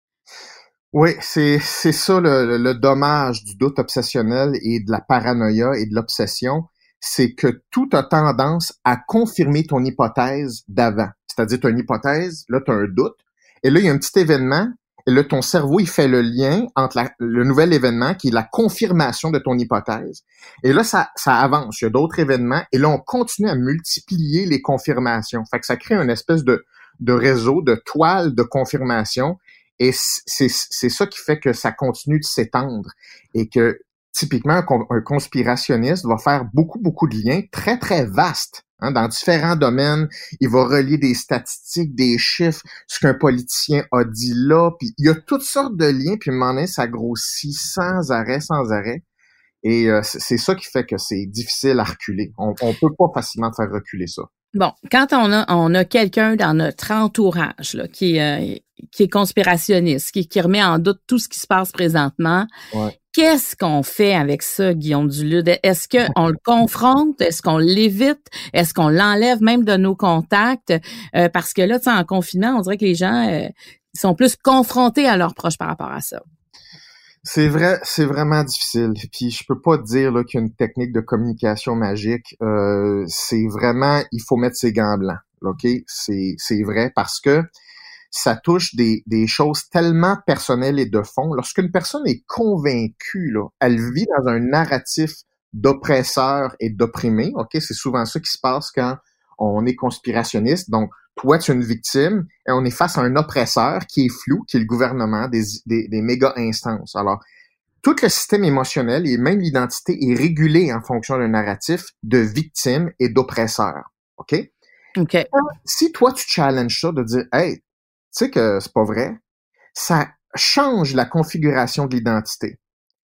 Oui, c'est c'est ça le, le, le dommage du doute obsessionnel et de la paranoïa et de l'obsession, c'est que tout a tendance à confirmer ton hypothèse d'avant. C'est-à-dire, tu as une hypothèse, là, tu as un doute, et là, il y a un petit événement, et là, ton cerveau, il fait le lien entre la, le nouvel événement, qui est la confirmation de ton hypothèse. Et là, ça, ça avance. Il y a d'autres événements. Et là, on continue à multiplier les confirmations. Fait que ça crée une espèce de, de réseau, de toile de confirmation. Et c'est, c'est ça qui fait que ça continue de s'étendre. Et que, typiquement, un, un conspirationniste va faire beaucoup, beaucoup de liens très, très vastes. Hein, dans différents domaines, il va relier des statistiques, des chiffres, ce qu'un politicien a dit là, puis il y a toutes sortes de liens, puis à un moment donné, ça grossit sans arrêt, sans arrêt. Et euh, c'est ça qui fait que c'est difficile à reculer. On, on peut pas facilement faire reculer ça. Bon, quand on a on a quelqu'un dans notre entourage là, qui est euh, qui est conspirationniste, qui, qui remet en doute tout ce qui se passe présentement, ouais. Qu'est-ce qu'on fait avec ça, Guillaume Dulude? Est-ce qu'on le confronte? Est-ce qu'on l'évite? Est-ce qu'on l'enlève même de nos contacts? Euh, parce que là, tu sais, en confinement, on dirait que les gens euh, sont plus confrontés à leurs proches par rapport à ça. C'est vrai, c'est vraiment difficile. Puis je peux pas te dire là, qu'il y a une technique de communication magique. Euh, c'est vraiment, il faut mettre ses gants blancs. Ok, c'est c'est vrai parce que ça touche des, des choses tellement personnelles et de fond. Lorsqu'une personne est convaincue, là, elle vit dans un narratif d'oppresseur et d'opprimé. Ok, c'est souvent ça qui se passe quand on est conspirationniste. Donc, toi, tu es une victime et on est face à un oppresseur qui est flou, qui est le gouvernement, des, des, des méga instances. Alors, tout le système émotionnel et même l'identité est régulé en fonction d'un narratif de victime et d'oppresseur. OK? OK. Si toi, tu challenges ça de dire, hey, tu sais que c'est pas vrai, ça change la configuration de l'identité.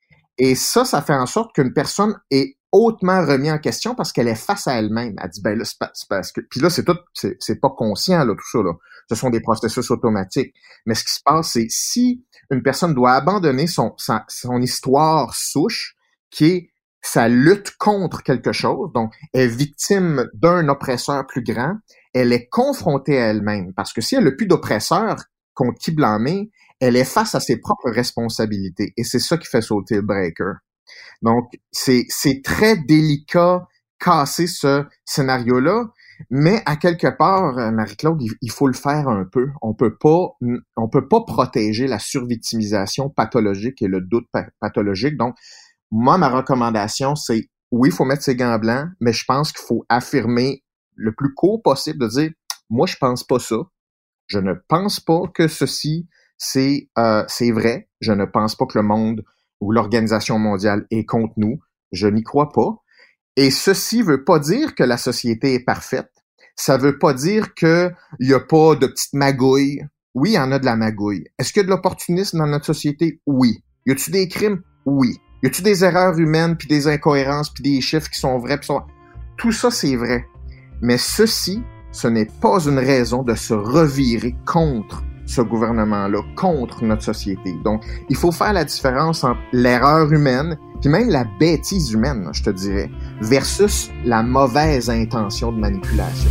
Et ça, ça fait en sorte qu'une personne est hautement remise en question parce qu'elle est face à elle-même. Elle dit, ben là, c'est, pas, c'est parce que... Puis là, c'est tout, c'est, c'est pas conscient, là, tout ça, là. Ce sont des processus automatiques. Mais ce qui se passe, c'est si une personne doit abandonner son, sa, son histoire souche, qui est sa lutte contre quelque chose, donc elle est victime d'un oppresseur plus grand, elle est confrontée à elle-même. Parce que si elle n'a plus d'oppresseur contre qui blâmer, elle est face à ses propres responsabilités. Et c'est ça qui fait sauter le breaker. Donc, c'est, c'est très délicat casser ce scénario-là, mais à quelque part, Marie-Claude, il, il faut le faire un peu. On peut pas, on peut pas protéger la survictimisation pathologique et le doute pathologique. Donc, moi, ma recommandation, c'est, oui, il faut mettre ses gants blancs, mais je pense qu'il faut affirmer le plus court possible de dire, moi, je pense pas ça. Je ne pense pas que ceci, c'est, euh, c'est vrai. Je ne pense pas que le monde ou l'Organisation mondiale est contre nous. Je n'y crois pas. Et ceci veut pas dire que la société est parfaite. Ça veut pas dire qu'il y a pas de petites magouilles. Oui, il y en a de la magouille. Est-ce qu'il y a de l'opportunisme dans notre société? Oui. Y a-tu des crimes? Oui. Y a-tu des erreurs humaines, puis des incohérences, puis des chiffres qui sont vrais, puis sont... Tout ça, c'est vrai. Mais ceci, ce n'est pas une raison de se revirer contre ce gouvernement-là, contre notre société. Donc, il faut faire la différence entre l'erreur humaine, puis même la bêtise humaine, je te dirais, versus la mauvaise intention de manipulation.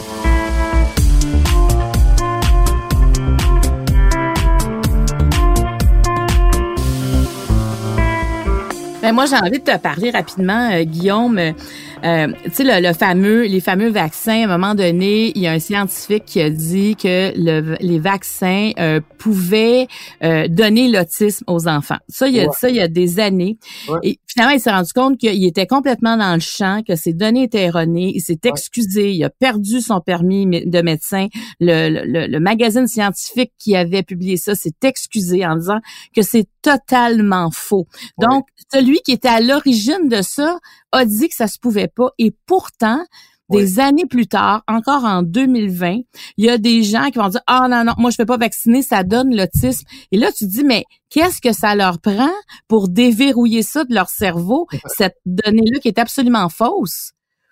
Ben moi, j'ai envie de te parler rapidement, euh, Guillaume. Euh, tu sais, le, le fameux, les fameux vaccins, à un moment donné, il y a un scientifique qui a dit que le, les vaccins euh, pouvaient euh, donner l'autisme aux enfants. Ça, il y a ouais. ça il y a des années. Ouais. Et finalement, il s'est rendu compte qu'il était complètement dans le champ, que ses données étaient erronées. Il s'est excusé. Il a perdu son permis de médecin. Le, le, le magazine scientifique qui avait publié ça s'est excusé en disant que c'est totalement faux. Donc, ouais. celui qui était à l'origine de ça a dit que ça se pouvait pas. Et pourtant, des oui. années plus tard, encore en deux mille vingt, il y a des gens qui vont dire « Ah non, non, moi je ne peux pas vacciner, ça donne l'autisme. » Et là, tu te dis « Mais qu'est-ce que ça leur prend pour déverrouiller ça de leur cerveau, cette donnée-là qui est absolument fausse? Hmm. »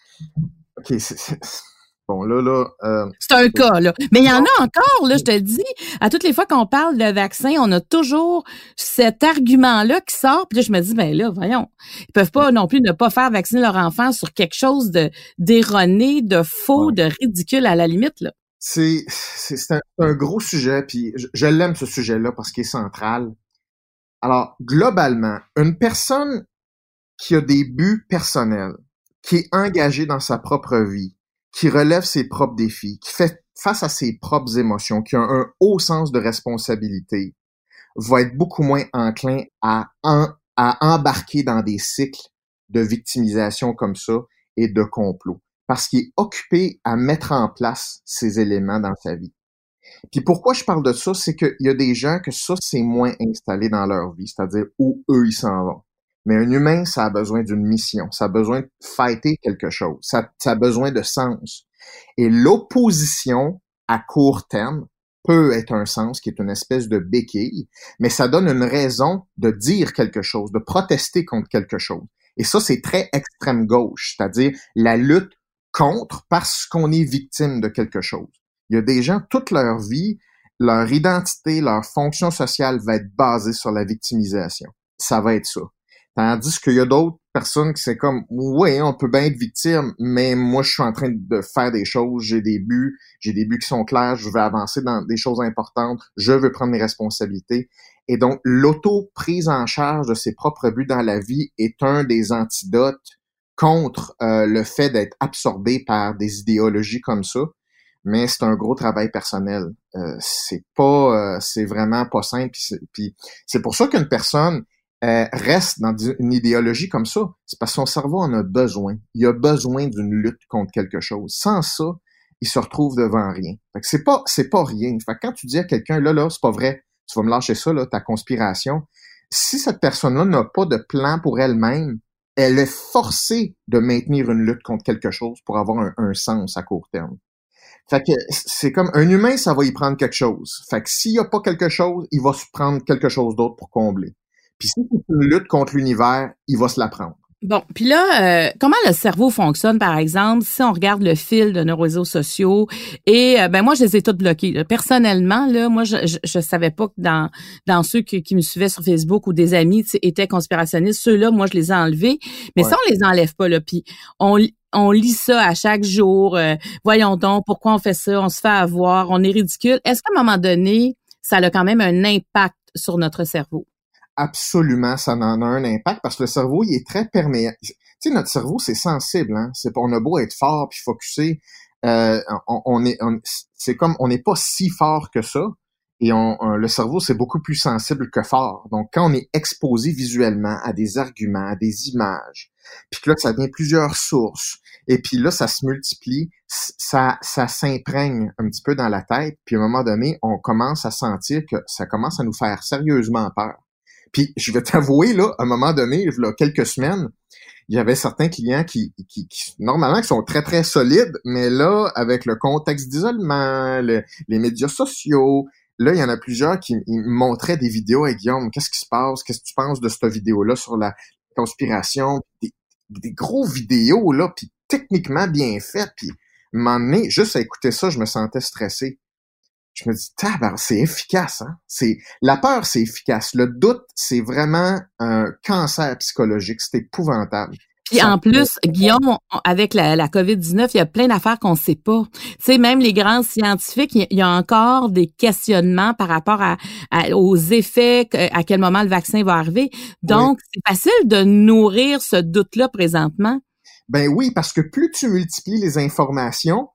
OK, c'est... c'est... Bon, là, là... Euh, c'est un cas, là. Mais il y en a encore, là, je te le dis. À toutes les fois qu'on parle de vaccin, on a toujours cet argument-là qui sort. Puis là, je me dis, ben là, voyons, ils peuvent pas non plus ne pas faire vacciner leur enfant sur quelque chose de d'erroné, de faux, ouais. de ridicule à la limite, là. C'est, c'est, c'est un, un gros sujet, puis je, je l'aime, ce sujet-là, parce qu'il est central. Alors, globalement, une personne qui a des buts personnels, qui est engagée dans sa propre vie, qui relève ses propres défis, qui fait face à ses propres émotions, qui a un haut sens de responsabilité, va être beaucoup moins enclin à, en, à embarquer dans des cycles de victimisation comme ça et de complot, parce qu'il est occupé à mettre en place ces éléments dans sa vie. Puis pourquoi je parle de ça, c'est qu'il y a des gens que ça, c'est moins installé dans leur vie, c'est-à-dire où eux, ils s'en vont. Mais un humain, ça a besoin d'une mission, ça a besoin de fighter quelque chose, ça, ça a besoin de sens. Et l'opposition à court terme peut être un sens qui est une espèce de béquille, mais ça donne une raison de dire quelque chose, de protester contre quelque chose. Et ça, c'est très extrême gauche, c'est-à-dire la lutte contre parce qu'on est victime de quelque chose. Il y a des gens, toute leur vie, leur identité, leur fonction sociale va être basée sur la victimisation. Ça va être ça. Tandis qu'il y a d'autres personnes qui c'est comme, oui, on peut bien être victime, mais moi, je suis en train de faire des choses, j'ai des buts, j'ai des buts qui sont clairs, je veux avancer dans des choses importantes, je veux prendre mes responsabilités. Et donc, l'auto-prise en charge de ses propres buts dans la vie est un des antidotes contre euh, le fait d'être absorbé par des idéologies comme ça. Mais c'est un gros travail personnel. Euh, c'est pas, euh, c'est vraiment pas simple. Puis c'est, puis c'est pour ça qu'une personne Euh, reste dans une idéologie comme ça, c'est parce que son cerveau en a besoin. Il a besoin d'une lutte contre quelque chose. Sans ça, il se retrouve devant rien. Fait que c'est pas, c'est pas rien. Fait que quand tu dis à quelqu'un, là, là, c'est pas vrai, tu vas me lâcher ça, là, ta conspiration. Si cette personne-là n'a pas de plan pour elle-même, elle est forcée de maintenir une lutte contre quelque chose pour avoir un, un sens à court terme. Fait que c'est comme un humain, ça va y prendre quelque chose. Fait que s'il y a pas quelque chose, il va se prendre quelque chose d'autre pour combler. Puis si c'est une lutte contre l'univers, il va se la prendre. Bon, puis là, euh, comment le cerveau fonctionne, par exemple, si on regarde le fil de nos réseaux sociaux et euh, ben moi je les ai toutes bloqués. Là. Personnellement, là, moi je, je je savais pas que dans dans ceux qui, qui me suivaient sur Facebook ou des amis étaient conspirationnistes, ceux-là, moi je les ai enlevés. Mais ouais. ça on les enlève pas là. Puis on on lit ça à chaque jour. Euh, voyons donc pourquoi on fait ça, on se fait avoir, on est ridicule. Est-ce qu'à un moment donné, ça a quand même un impact sur notre cerveau? Absolument, ça en a un impact parce que le cerveau, il est très perméable. Tu sais, notre cerveau, c'est sensible, hein. C'est on a beau être fort puis focusé, euh, on, on est, on, c'est comme on n'est pas si fort que ça. Et on, on, le cerveau, c'est beaucoup plus sensible que fort. Donc, quand on est exposé visuellement à des arguments, à des images, puis que là, ça vient plusieurs sources, et puis là, ça se multiplie, ça, ça s'imprègne un petit peu dans la tête. Puis à un moment donné, on commence à sentir que ça commence à nous faire sérieusement peur. Puis, je vais t'avouer, là, à un moment donné, là, quelques semaines, il y avait certains clients qui, qui, qui, normalement, qui sont très, très solides, mais là, avec le contexte d'isolement, le, les médias sociaux, là, il y en a plusieurs qui me montraient des vidéos avec Guillaume. Qu'est-ce qui se passe? Qu'est-ce que tu penses de cette vidéo-là sur la conspiration? Des, des gros vidéos, là, puis techniquement bien faites. Puis, à un moment donné, juste à écouter ça, je me sentais stressé. Je me dis, tabarnak, c'est efficace, hein. C'est, la peur, c'est efficace. Le doute, c'est vraiment un cancer psychologique. C'est épouvantable. Puis en plus, Guillaume, avec la, la covid dix-neuf, il y a plein d'affaires qu'on ne sait pas. Tu sais, même les grands scientifiques, il y a encore des questionnements par rapport à, à aux effets, à quel moment le vaccin va arriver. Donc, oui. C'est facile de nourrir ce doute-là présentement. Ben oui, parce que plus tu multiplies les informations,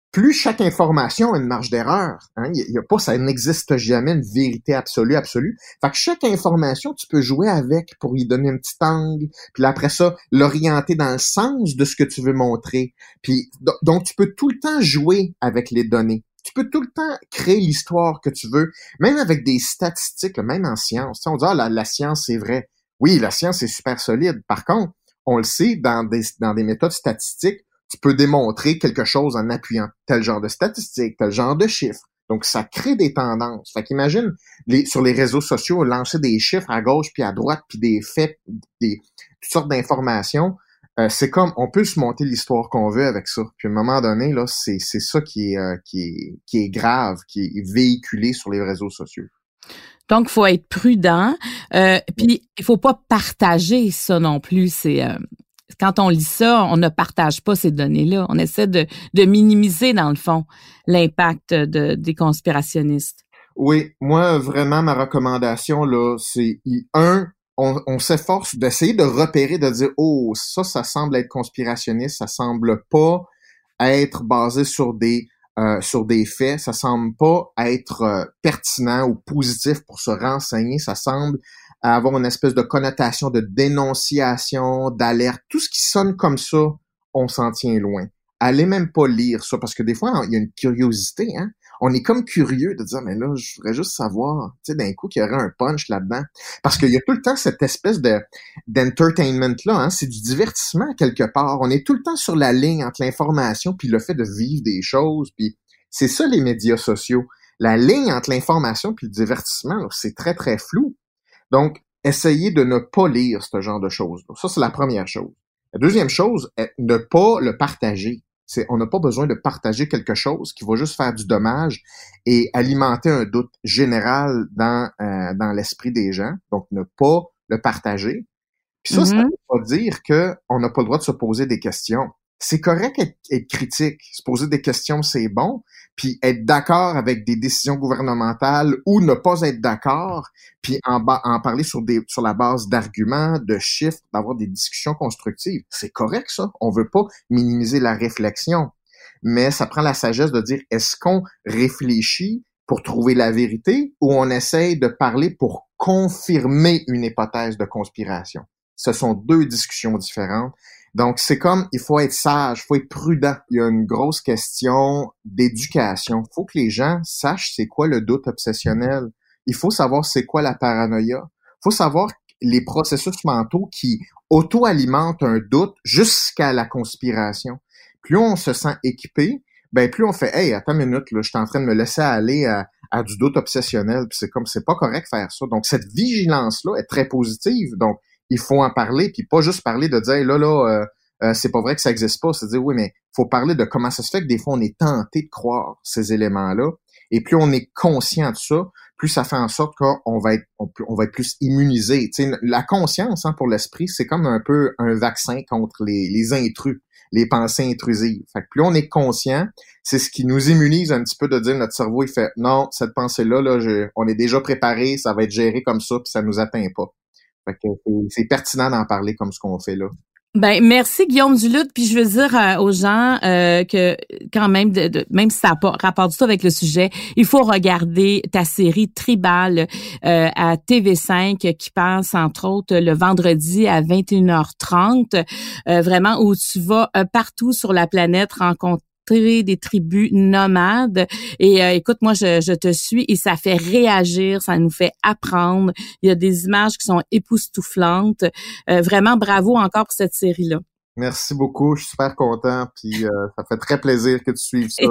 plus chaque information a une marge d'erreur. Hein? Il y a pas, ça n'existe jamais une vérité absolue, absolue. Fait que chaque information, tu peux jouer avec pour y donner un petit angle, puis après ça, l'orienter dans le sens de ce que tu veux montrer. Puis donc, tu peux tout le temps jouer avec les données. Tu peux tout le temps créer l'histoire que tu veux, même avec des statistiques, même en science. Tu sais, on dit, ah, la, la science, c'est vrai. Oui, la science est super solide. Par contre, on le sait, dans des, dans des méthodes statistiques, tu peux démontrer quelque chose en appuyant tel genre de statistiques, tel genre de chiffres. Donc, ça crée des tendances. Fait qu'imagine, les, sur les réseaux sociaux, lancer des chiffres à gauche puis à droite, puis des faits, des toutes sortes d'informations. Euh, c'est comme, on peut se monter l'histoire qu'on veut avec ça. Puis à un moment donné, là, c'est, c'est ça qui est, euh, qui est, qui est grave, qui est véhiculé sur les réseaux sociaux. Donc, il faut être prudent. Euh, puis, il faut pas partager ça non plus. C'est euh, quand on lit ça, on ne partage pas ces données-là. On essaie de, de minimiser, dans le fond, l'impact de, des conspirationnistes. Oui, moi, vraiment, ma recommandation, là, c'est, un, on, on s'efforce d'essayer de repérer, de dire, oh, ça, ça semble être conspirationniste, ça semble pas être basé sur des Euh, sur des faits, ça semble pas être euh, pertinent ou positif pour se renseigner, ça semble avoir une espèce de connotation de dénonciation, d'alerte, tout ce qui sonne comme ça, on s'en tient loin. Allez même pas lire ça, parce que des fois, il y a une curiosité, hein. On est comme curieux de dire, mais là, je voudrais juste savoir, tu sais, d'un coup, qu'il y aurait un punch là-dedans. Parce qu'il y a tout le temps cette espèce de d'entertainment-là, hein, c'est du divertissement quelque part. On est tout le temps sur la ligne entre l'information puis le fait de vivre des choses, puis c'est ça les médias sociaux. La ligne entre l'information puis le divertissement, là, c'est très, très flou. Donc, essayez de ne pas lire ce genre de choses. Ça, c'est la première chose. La deuxième chose, ne pas le partager. C'est, on n'a pas besoin de partager quelque chose qui va juste faire du dommage et alimenter un doute général dans euh, dans l'esprit des gens. Donc, ne pas le partager. Puis ça, mm-hmm. ça ne veut pas dire qu'on n'a pas le droit de se poser des questions. C'est correct être, être critique. Se poser des questions, c'est bon. Puis être d'accord avec des décisions gouvernementales ou ne pas être d'accord, puis en, ba- en parler sur des sur la base d'arguments, de chiffres, d'avoir des discussions constructives. C'est correct, ça. On veut pas minimiser la réflexion. Mais ça prend la sagesse de dire, est-ce qu'on réfléchit pour trouver la vérité ou on essaye de parler pour confirmer une hypothèse de conspiration? Ce sont deux discussions différentes. Donc, c'est comme, il faut être sage, il faut être prudent. Il y a une grosse question d'éducation. Il faut que les gens sachent c'est quoi le doute obsessionnel. Il faut savoir c'est quoi la paranoïa. Il faut savoir les processus mentaux qui auto-alimentent un doute jusqu'à la conspiration. Plus on se sent équipé, ben plus on fait « Hey, attends une minute, là, je suis en train de me laisser aller à, à du doute obsessionnel. » Puis c'est comme, c'est pas correct de faire ça. Donc, cette vigilance-là est très positive. Donc, il faut en parler, puis pas juste parler de dire hey, là, là, euh, euh, c'est pas vrai que ça existe pas. C'est dire oui, mais faut parler de comment ça se fait que des fois on est tenté de croire ces éléments-là. Et plus on est conscient de ça, plus ça fait en sorte qu'on va être, on, on va être plus immunisé. Tu sais, la conscience, hein, pour l'esprit, c'est comme un peu un vaccin contre les, les intrus, les pensées intrusives. Fait que plus on est conscient, c'est ce qui nous immunise un petit peu de dire notre cerveau, il fait non, cette pensée-là, là, je, on est déjà préparé, ça va être géré comme ça, puis ça nous atteint pas. Fait que c'est pertinent d'en parler comme ce qu'on fait là. Ben merci Guillaume Duluth, puis je veux dire euh, aux gens euh, que quand même, de, de, même si ça n'a pas rapport du tout avec le sujet, il faut regarder ta série Tribal euh, à T V cinq qui passe entre autres le vendredi à vingt et une heures trente, euh, vraiment où tu vas euh, partout sur la planète rencontrer des tribus nomades et euh, écoute, moi je, je te suis et ça fait réagir, ça nous fait apprendre. Il y a des images qui sont époustouflantes. Euh, vraiment bravo encore pour cette série-là. Merci beaucoup, je suis super content, puis euh, ça fait très plaisir que tu suives ça.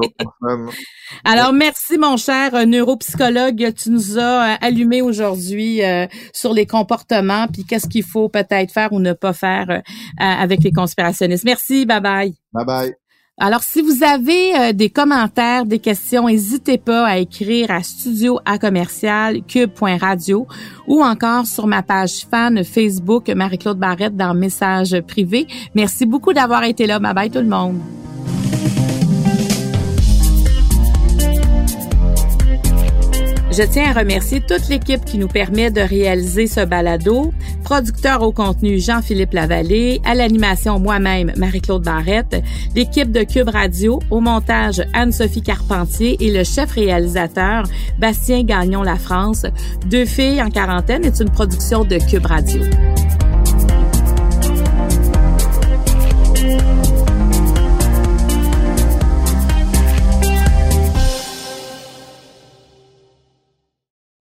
Alors merci mon cher neuropsychologue, tu nous as euh, allumé aujourd'hui euh, sur les comportements puis qu'est-ce qu'il faut peut-être faire ou ne pas faire euh, avec les conspirationnistes. Merci, bye bye. Bye bye. Alors, si vous avez euh, des commentaires, des questions, n'hésitez pas à écrire à studio à commercial cube point radio ou encore sur ma page fan Facebook Marie-Claude Barrette dans message privé. Merci beaucoup d'avoir été là. Bye bye tout le monde. Je tiens à remercier toute l'équipe qui nous permet de réaliser ce balado. Producteur au contenu Jean-Philippe Lavallée, à l'animation moi-même Marie-Claude Barrette, l'équipe de Cube Radio, au montage Anne-Sophie Carpentier et le chef réalisateur Bastien Gagnon La France. Deux filles en quarantaine est une production de Cube Radio.